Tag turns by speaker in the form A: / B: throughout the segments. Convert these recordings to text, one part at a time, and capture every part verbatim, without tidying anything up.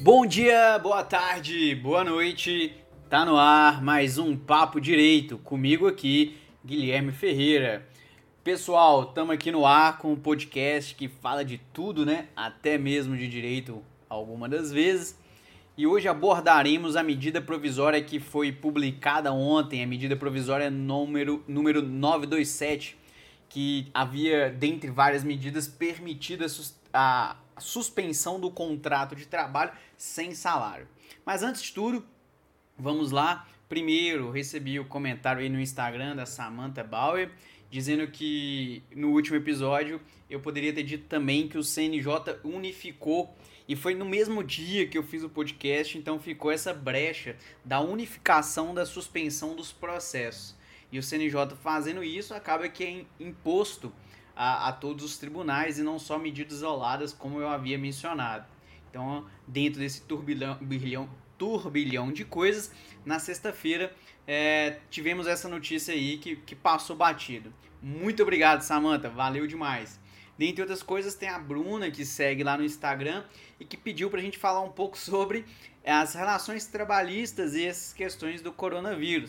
A: Bom dia, boa tarde, boa noite, tá no ar mais um Papo Direito, comigo aqui, Guilherme Ferreira. Pessoal, estamos aqui no ar com um podcast que fala de tudo, né? Até mesmo de direito algumas das vezes. E hoje abordaremos a medida provisória que foi publicada ontem, a medida provisória número, número novecentos e vinte e sete, que havia, dentre várias medidas, permitida a suspensão do contrato de trabalho sem salário. Mas antes de tudo, vamos lá. Primeiro, recebi o comentário aí no Instagram da Samantha Bauer, dizendo que no último episódio eu poderia ter dito também que o C N J unificou, e foi no mesmo dia que eu fiz o podcast, então ficou essa brecha da unificação da suspensão dos processos. E o C N J fazendo isso acaba que é imposto a, a todos os tribunais e não só medidas isoladas, como eu havia mencionado. Então, dentro desse turbilhão, turbilhão, turbilhão de coisas, na sexta-feira é, tivemos essa notícia aí que, que passou batido. Muito obrigado, Samantha, valeu demais. Dentre outras coisas, tem a Bruna, que segue lá no Instagram e que pediu pra gente falar um pouco sobre as relações trabalhistas e essas questões do coronavírus.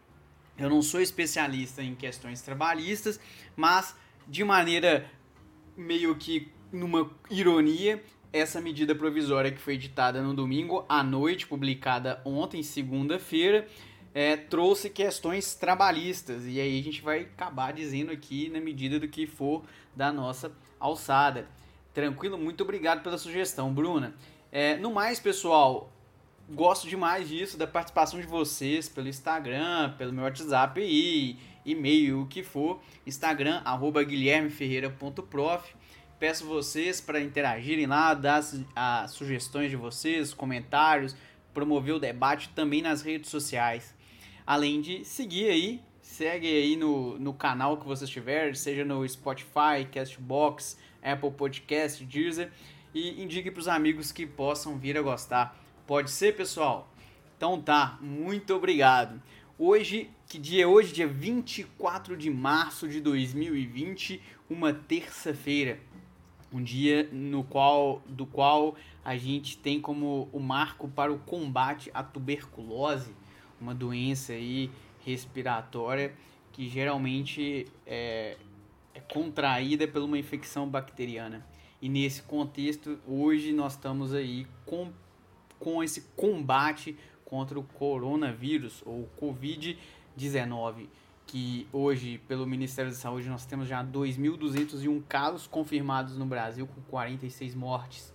A: Eu não sou especialista em questões trabalhistas, mas de maneira meio que numa ironia, essa medida provisória que foi editada no domingo à noite, publicada ontem, segunda-feira, é, trouxe questões trabalhistas. E aí a gente vai acabar dizendo aqui na medida do que for da nossa alçada. Tranquilo? Muito obrigado pela sugestão, Bruna. É, no mais, pessoal, gosto demais disso, da participação de vocês pelo Instagram, pelo meu WhatsApp e e-mail, o que for. Instagram, arroba guilherme ferreira ponto prof. Peço vocês para interagirem lá, dar as, as sugestões de vocês, comentários, promover o debate também nas redes sociais. Além de seguir aí, segue aí no, no canal que você estiver, seja no Spotify, Castbox, Apple Podcast, Deezer, e indique para os amigos que possam vir a gostar. Pode ser, pessoal? Então tá, muito obrigado. Hoje, que dia é hoje? Dia vinte e quatro de março de dois mil e vinte, uma terça-feira. Um dia no qual, do qual a gente tem como o marco para o combate à tuberculose, uma doença aí respiratória que geralmente é, é contraída por uma infecção bacteriana. E nesse contexto, hoje nós estamos aí com, com esse combate contra o coronavírus, ou covid dezenove, que hoje, pelo Ministério da Saúde, nós temos já dois mil duzentos e um casos confirmados no Brasil, com quarenta e seis mortes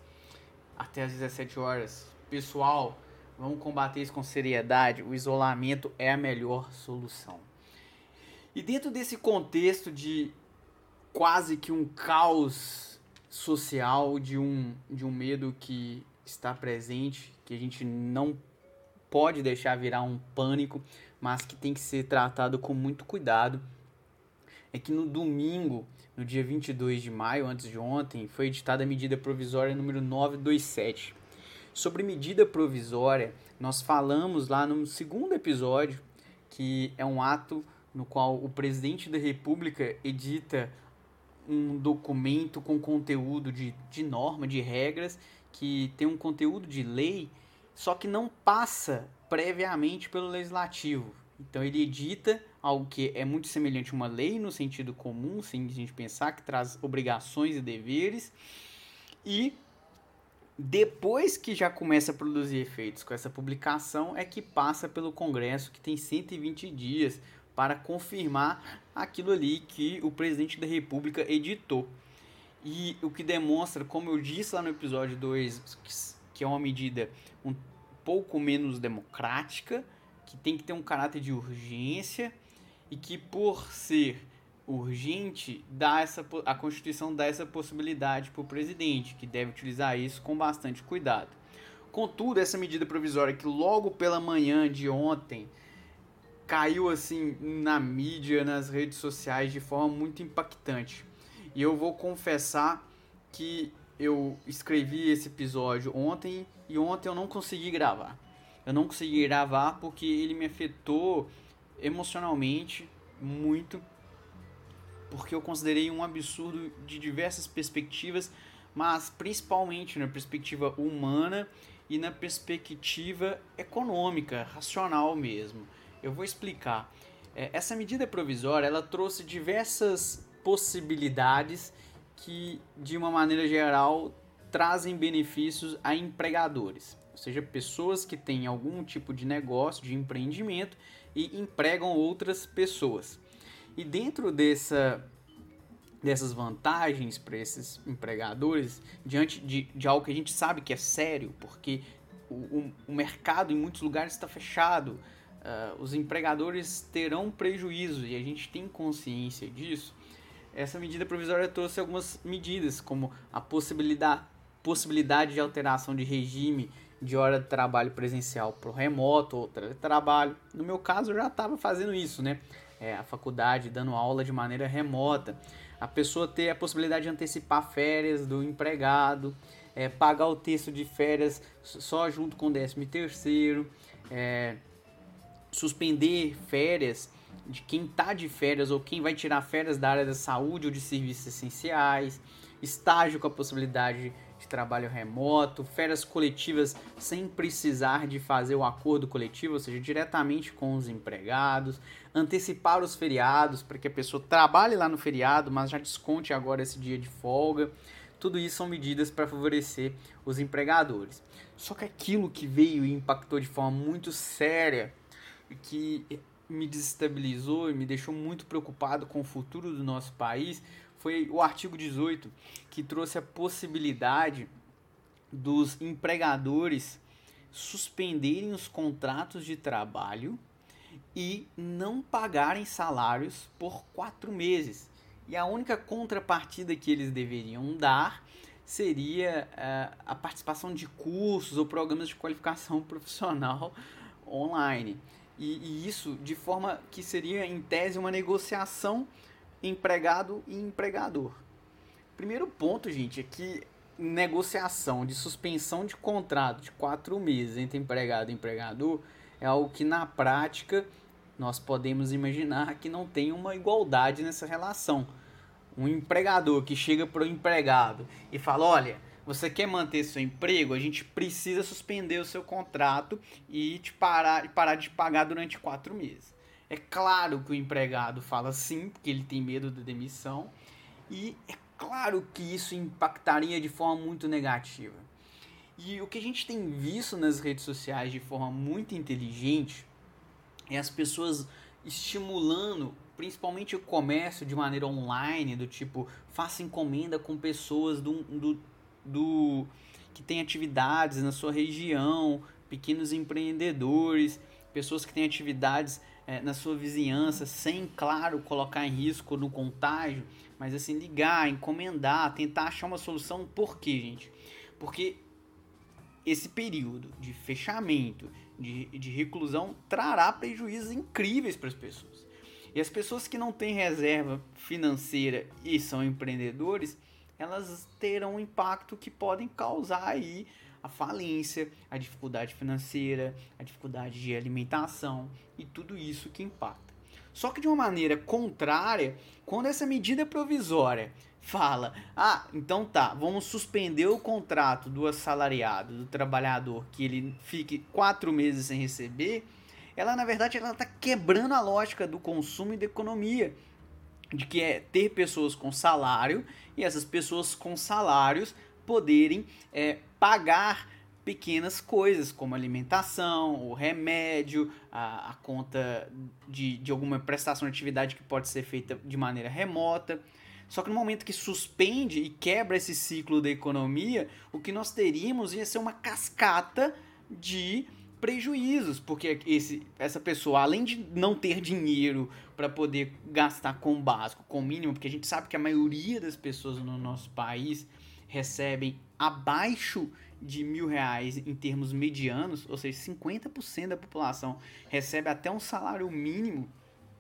A: até às dezessete horas. Pessoal, vamos combater isso com seriedade, o isolamento é a melhor solução. E dentro desse contexto de quase que um caos social, de um, de um medo que está presente, que a gente não pode deixar virar um pânico, mas que tem que ser tratado com muito cuidado, é que no domingo, no dia vinte e dois de maio, antes de ontem, foi editada a medida provisória número novecentos e vinte e sete. Sobre medida provisória, nós falamos lá no segundo episódio, que é um ato no qual o presidente da República edita um documento com conteúdo de, de norma, de regras, que tem um conteúdo de lei, só que não passa previamente pelo legislativo. Então ele edita algo que é muito semelhante a uma lei no sentido comum, sem a gente pensar, que traz obrigações e deveres, e depois que já começa a produzir efeitos com essa publicação, é que passa pelo Congresso, que tem cento e vinte dias para confirmar aquilo ali que o presidente da República editou. E o que demonstra, como eu disse lá no episódio dois, que é uma medida um pouco menos democrática, que tem que ter um caráter de urgência e que, por ser urgente, dá essa, a Constituição dá essa possibilidade para o presidente, que deve utilizar isso com bastante cuidado. Contudo, essa medida provisória que logo pela manhã de ontem caiu assim na mídia, nas redes sociais, de forma muito impactante. E eu vou confessar que eu escrevi esse episódio ontem e ontem eu não consegui gravar. Eu não consegui gravar porque ele me afetou emocionalmente muito, porque eu considerei um absurdo de diversas perspectivas, mas principalmente na perspectiva humana e na perspectiva econômica, racional mesmo. Eu vou explicar. É, essa medida provisória ela trouxe diversas possibilidades que, de uma maneira geral, trazem benefícios a empregadores, ou seja, pessoas que têm algum tipo de negócio, de empreendimento e empregam outras pessoas. E dentro dessa, dessas vantagens para esses empregadores, diante de, de algo que a gente sabe que é sério, porque o, o, o mercado em muitos lugares está fechado, uh, os empregadores terão prejuízo e a gente tem consciência disso. Essa medida provisória trouxe algumas medidas, como a possibilidade, possibilidade de alteração de regime de hora de trabalho presencial para o remoto ou teletrabalho. No meu caso, eu já estava fazendo isso, né? É, a faculdade dando aula de maneira remota. A pessoa ter a possibilidade de antecipar férias do empregado, é, pagar o texto de férias só junto com o décimo terceiro, é, suspender férias de quem está de férias ou quem vai tirar férias da área da saúde ou de serviços essenciais, estágio com a possibilidade de trabalho remoto, férias coletivas sem precisar de fazer o acordo coletivo, ou seja, diretamente com os empregados, antecipar os feriados para que a pessoa trabalhe lá no feriado, mas já desconte agora esse dia de folga. Tudo isso são medidas para favorecer os empregadores. Só que aquilo que veio e impactou de forma muito séria e que me desestabilizou e me deixou muito preocupado com o futuro do nosso país foi o artigo dezoito, que trouxe a possibilidade dos empregadores suspenderem os contratos de trabalho e não pagarem salários por quatro meses. E a única contrapartida que eles deveriam dar seria uh, a participação de cursos ou programas de qualificação profissional online. E, e isso de forma que seria, em tese, uma negociação empregado e empregador. Primeiro ponto, gente, é que negociação de suspensão de contrato de quatro meses entre empregado e empregador é algo que, na prática, nós podemos imaginar que não tem uma igualdade nessa relação. Um empregador que chega para o empregado e fala, olha, você quer manter seu emprego? A gente precisa suspender o seu contrato e te parar, parar de pagar durante quatro meses. É claro que o empregado fala sim, porque ele tem medo da demissão, e é claro que isso impactaria de forma muito negativa. E o que a gente tem visto nas redes sociais de forma muito inteligente é as pessoas estimulando principalmente o comércio de maneira online, do tipo, faça encomenda com pessoas do, do, do que têm atividades na sua região, pequenos empreendedores, pessoas que têm atividades é, na sua vizinhança, sem, claro, colocar em risco no contágio, mas assim, ligar, encomendar, tentar achar uma solução. Por quê, gente? Porque esse período de fechamento, de, de reclusão, trará prejuízos incríveis para as pessoas. E as pessoas que não têm reserva financeira e são empreendedores, elas terão um impacto que podem causar aí a falência, a dificuldade financeira, a dificuldade de alimentação e tudo isso que impacta. Só que de uma maneira contrária, quando essa medida provisória fala, ah, então tá, vamos suspender o contrato do assalariado, do trabalhador, que ele fique quatro meses sem receber, ela na verdade ela está quebrando a lógica do consumo e da economia, de que é ter pessoas com salário e essas pessoas com salários poderem é, pagar pequenas coisas como alimentação, o remédio, a, a conta de, de alguma prestação de atividade que pode ser feita de maneira remota. Só que no momento que suspende e quebra esse ciclo da economia, o que nós teríamos ia ser uma cascata de prejuízos, porque esse, essa pessoa, além de não ter dinheiro para poder gastar com o básico, com o mínimo, porque a gente sabe que a maioria das pessoas no nosso país recebem abaixo de mil reais em termos medianos, ou seja, cinquenta por cento da população recebe até um salário mínimo,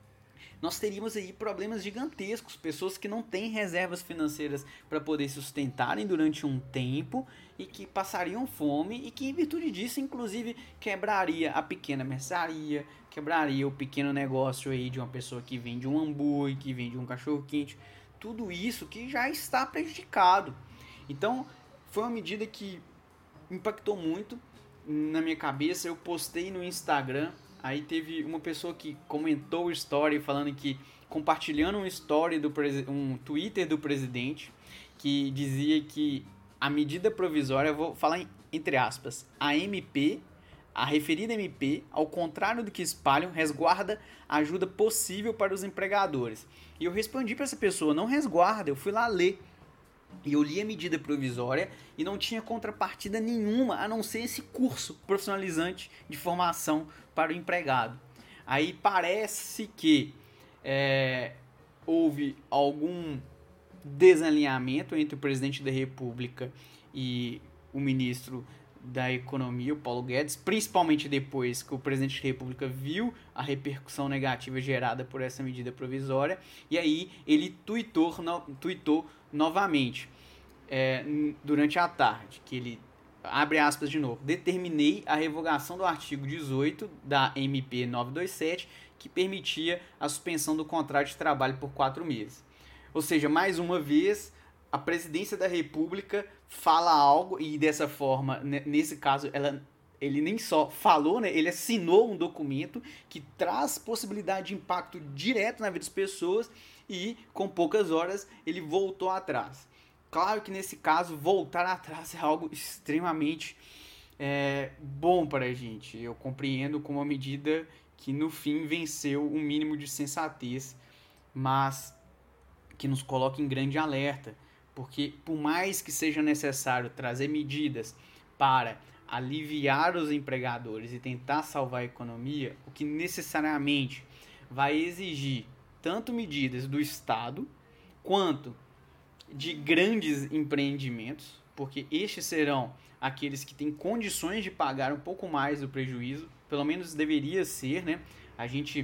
A: nós teríamos aí problemas gigantescos, pessoas que não têm reservas financeiras para poder sustentarem durante um tempo e que passariam fome e que em virtude disso, inclusive, quebraria a pequena mercearia, quebraria o pequeno negócio aí de uma pessoa que vende um hambúrguer, que vende um cachorro-quente, tudo isso que já está prejudicado. Então, foi uma medida que impactou muito, na minha cabeça, eu postei no Instagram, aí teve uma pessoa que comentou o story falando que, compartilhando um story, do um Twitter do presidente, que dizia que a medida provisória, vou falar entre aspas, a M P, a referida M P, ao contrário do que espalham, resguarda a ajuda possível para os empregadores. E eu respondi para essa pessoa, não resguarda, eu fui lá ler. E eu li a medida provisória e não tinha contrapartida nenhuma, a não ser esse curso profissionalizante de formação para o empregado. Aí parece que é, houve algum desalinhamento entre o presidente da República e o ministro da Economia, o Paulo Guedes, principalmente depois que o presidente da República viu a repercussão negativa gerada por essa medida provisória, e aí ele tuitou, no, tuitou novamente é, durante a tarde, que ele, abre aspas de novo, determinei a revogação do artigo dezoito da M P novecentos e vinte e sete, que permitia a suspensão do contrato de trabalho por quatro meses. Ou seja, mais uma vez, a presidência da República fala algo e dessa forma, nesse caso, ela, ele nem só falou, né, ele assinou um documento que traz possibilidade de impacto direto na vida das pessoas e com poucas horas ele voltou atrás. Claro que nesse caso, voltar atrás é algo extremamente é, bom para a gente. Eu compreendo como uma medida que no fim venceu um mínimo de sensatez, mas que nos coloca em grande alerta. Porque por mais que seja necessário trazer medidas para aliviar os empregadores e tentar salvar a economia, o que necessariamente vai exigir tanto medidas do Estado quanto de grandes empreendimentos, porque estes serão aqueles que têm condições de pagar um pouco mais do prejuízo, pelo menos deveria ser, né? A gente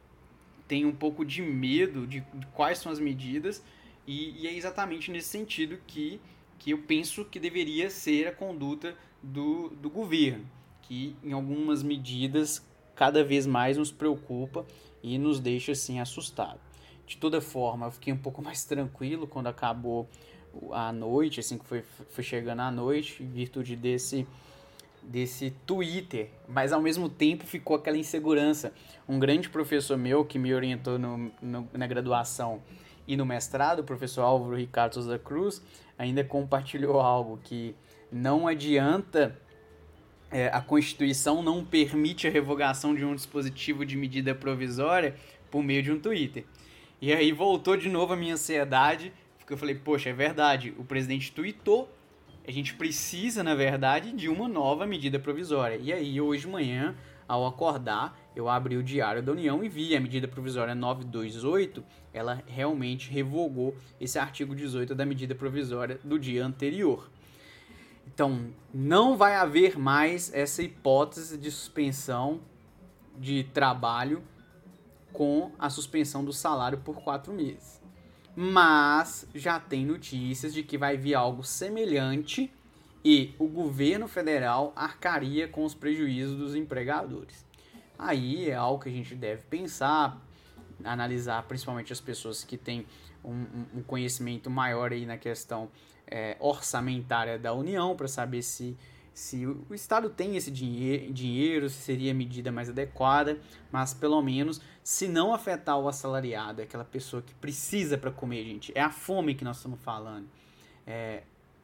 A: tem um pouco de medo de, de quais são as medidas, E, e é exatamente nesse sentido que, que eu penso que deveria ser a conduta do, do governo, que em algumas medidas cada vez mais nos preocupa e nos deixa assim assustados. De toda forma, eu fiquei um pouco mais tranquilo quando acabou a noite, assim que foi, foi chegando a noite, em virtude desse, desse Twitter, mas ao mesmo tempo ficou aquela insegurança. Um grande professor meu que me orientou no, no, na graduação e no mestrado, o professor Álvaro Ricardo Souza Cruz, ainda compartilhou algo que não adianta, é, a Constituição não permite a revogação de um dispositivo de medida provisória por meio de um Twitter. E aí voltou de novo a minha ansiedade, porque eu falei, poxa, é verdade, o presidente tweetou, a gente precisa, na verdade, de uma nova medida provisória. E aí, hoje de manhã, ao acordar, eu abri o Diário da União e vi a medida provisória novecentos e vinte e oito, ela realmente revogou esse artigo dezoito da medida provisória do dia anterior. Então, não vai haver mais essa hipótese de suspensão de trabalho com a suspensão do salário por quatro meses. Mas já tem notícias de que vai vir algo semelhante e o governo federal arcaria com os prejuízos dos empregadores. Aí é algo que a gente deve pensar, analisar principalmente as pessoas que têm um, um conhecimento maior aí na questão é, orçamentária da União, para saber se, se o Estado tem esse dinhe- dinheiro, se seria a medida mais adequada, mas pelo menos, se não afetar o assalariado, aquela pessoa que precisa para comer, gente, é a fome que nós estamos falando, é,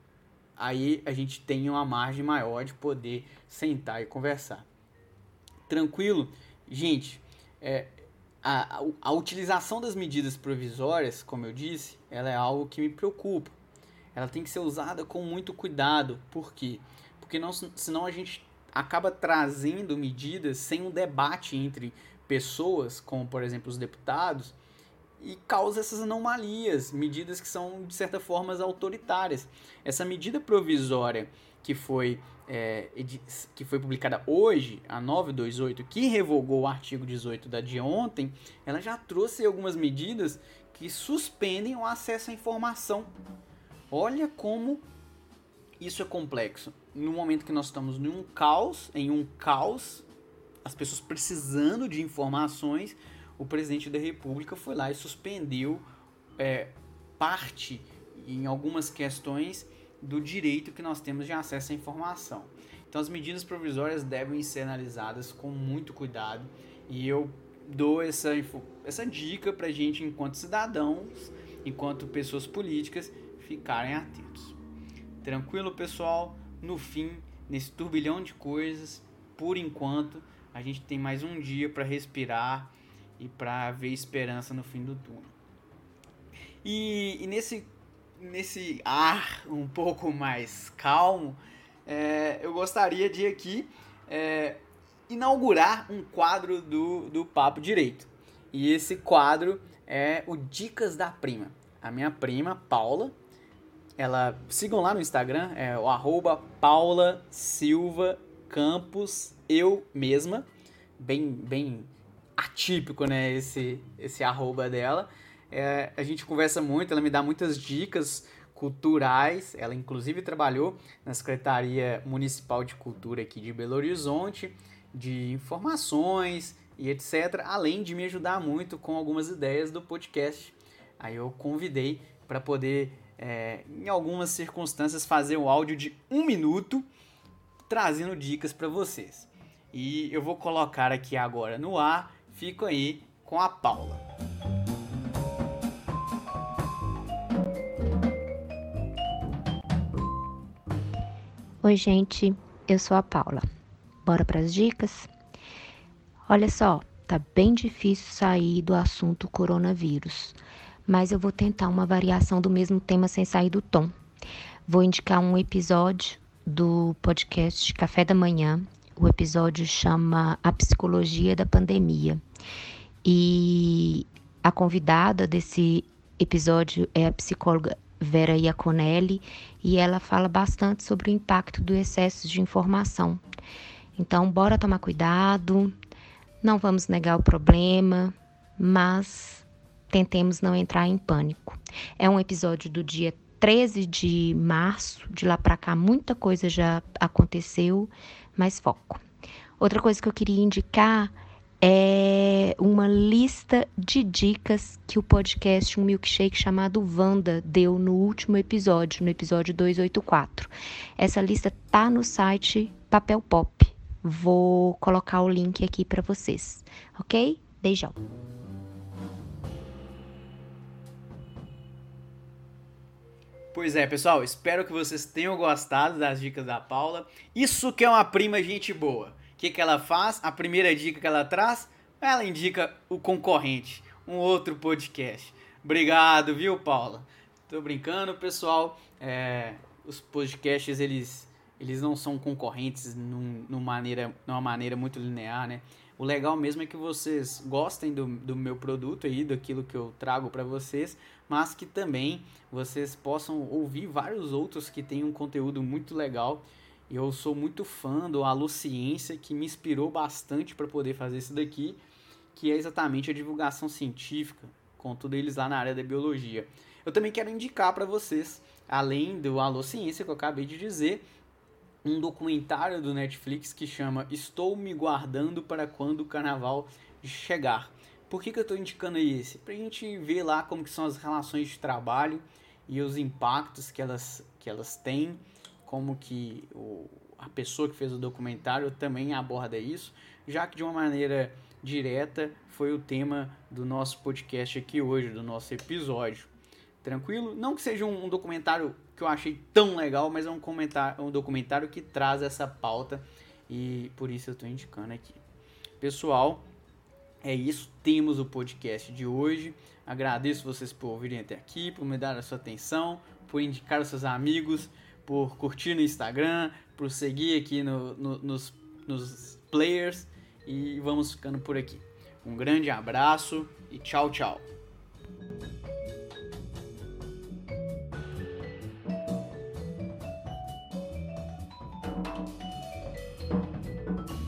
A: aí a gente tem uma margem maior de poder sentar e conversar. Tranquilo? Gente, é, a, a, a utilização das medidas provisórias, como eu disse, ela é algo que me preocupa. Ela tem que ser usada com muito cuidado. Por quê? Porque não, senão a gente acaba trazendo medidas sem um debate entre pessoas, como por exemplo os deputados, e causa essas anomalias, medidas que são de certa forma autoritárias. Essa medida provisória que foi, é, que foi publicada hoje, a novecentos e vinte e oito, que revogou o artigo dezoito da de ontem, ela já trouxe algumas medidas que suspendem o acesso à informação. Olha como isso é complexo. No momento que nós estamos em um caos, em um caos, as pessoas precisando de informações, o presidente da República foi lá e suspendeu é, parte, em algumas questões, do direito que nós temos de acesso à informação. Então as medidas provisórias devem ser analisadas com muito cuidado e eu dou essa, essa dica pra gente, enquanto cidadãos, enquanto pessoas políticas, ficarem atentos. Tranquilo, pessoal? No fim, nesse turbilhão de coisas, por enquanto, a gente tem mais um dia para respirar e para ver esperança no fim do túnel. E, e nesse, nesse ar um pouco mais calmo, é, eu gostaria de aqui é, inaugurar um quadro do, do Papo Direito. E esse quadro é o Dicas da Prima. A minha prima, Paula, ela, sigam lá no Instagram, é o arroba Paula Silva Campos, eu mesma, bem, bem atípico, né, esse, esse arroba dela. É, a gente conversa muito, ela me dá muitas dicas culturais, ela inclusive trabalhou na Secretaria Municipal de Cultura aqui de Belo Horizonte, de informações e etcétera, além de me ajudar muito com algumas ideias do podcast. Aí eu convidei para poder, é, em algumas circunstâncias, fazer um áudio de um minuto, trazendo dicas para vocês. E eu vou colocar aqui agora no ar, fico aí com a Paula.
B: Oi, gente, eu sou a Paula. Bora para as dicas? Olha só, tá bem difícil sair do assunto coronavírus, mas eu vou tentar uma variação do mesmo tema sem sair do tom. Vou indicar um episódio do podcast Café da Manhã. O episódio chama A Psicologia da Pandemia. E a convidada desse episódio é a psicóloga Vera Iaconelli, e ela fala bastante sobre o impacto do excesso de informação. Então, bora tomar cuidado, não vamos negar o problema, mas tentemos não entrar em pânico. É um episódio do dia treze de março, de lá para cá muita coisa já aconteceu, mas foco. Outra coisa que eu queria indicar é uma lista de dicas que o podcast Um Milkshake chamado Wanda deu no último episódio, no episódio duzentos e oitenta e quatro. Essa lista tá no site Papel Pop. Vou colocar o link aqui para vocês, ok? Beijão!
A: Pois é, pessoal, espero que vocês tenham gostado das dicas da Paula. Isso que é uma prima gente boa. O que, que ela faz? A primeira dica que ela traz, ela indica o concorrente, um outro podcast. Obrigado, viu, Paula? Tô brincando, pessoal. É, os podcasts, eles, eles não são concorrentes num, numa, maneira, numa maneira muito linear, né? O legal mesmo é que vocês gostem do, do meu produto aí, daquilo que eu trago para vocês, mas que também vocês possam ouvir vários outros que têm um conteúdo muito legal. Eu sou muito fã do Alociência, que me inspirou bastante para poder fazer isso daqui, que é exatamente a divulgação científica, contudo eles lá na área da biologia. Eu também quero indicar para vocês, além do Alociência que eu acabei de dizer, um documentário do Netflix que chama Estou Me Guardando para Quando o Carnaval Chegar. Por que, que eu estou indicando esse? Para a gente ver lá como que são as relações de trabalho e os impactos que elas, que elas têm, como que o, a pessoa que fez o documentário também aborda isso, já que de uma maneira direta foi o tema do nosso podcast aqui hoje, do nosso episódio. Tranquilo? Não que seja um, um documentário que eu achei tão legal, mas é um, comentário, um documentário que traz essa pauta e por isso eu estou indicando aqui. Pessoal, é isso. Temos o podcast de hoje. Agradeço vocês por ouvirem até aqui, por me dar a sua atenção, por indicar aos seus amigos, por curtir no Instagram, por seguir aqui no, no, nos, nos players e vamos ficando por aqui. Um grande abraço e tchau, tchau.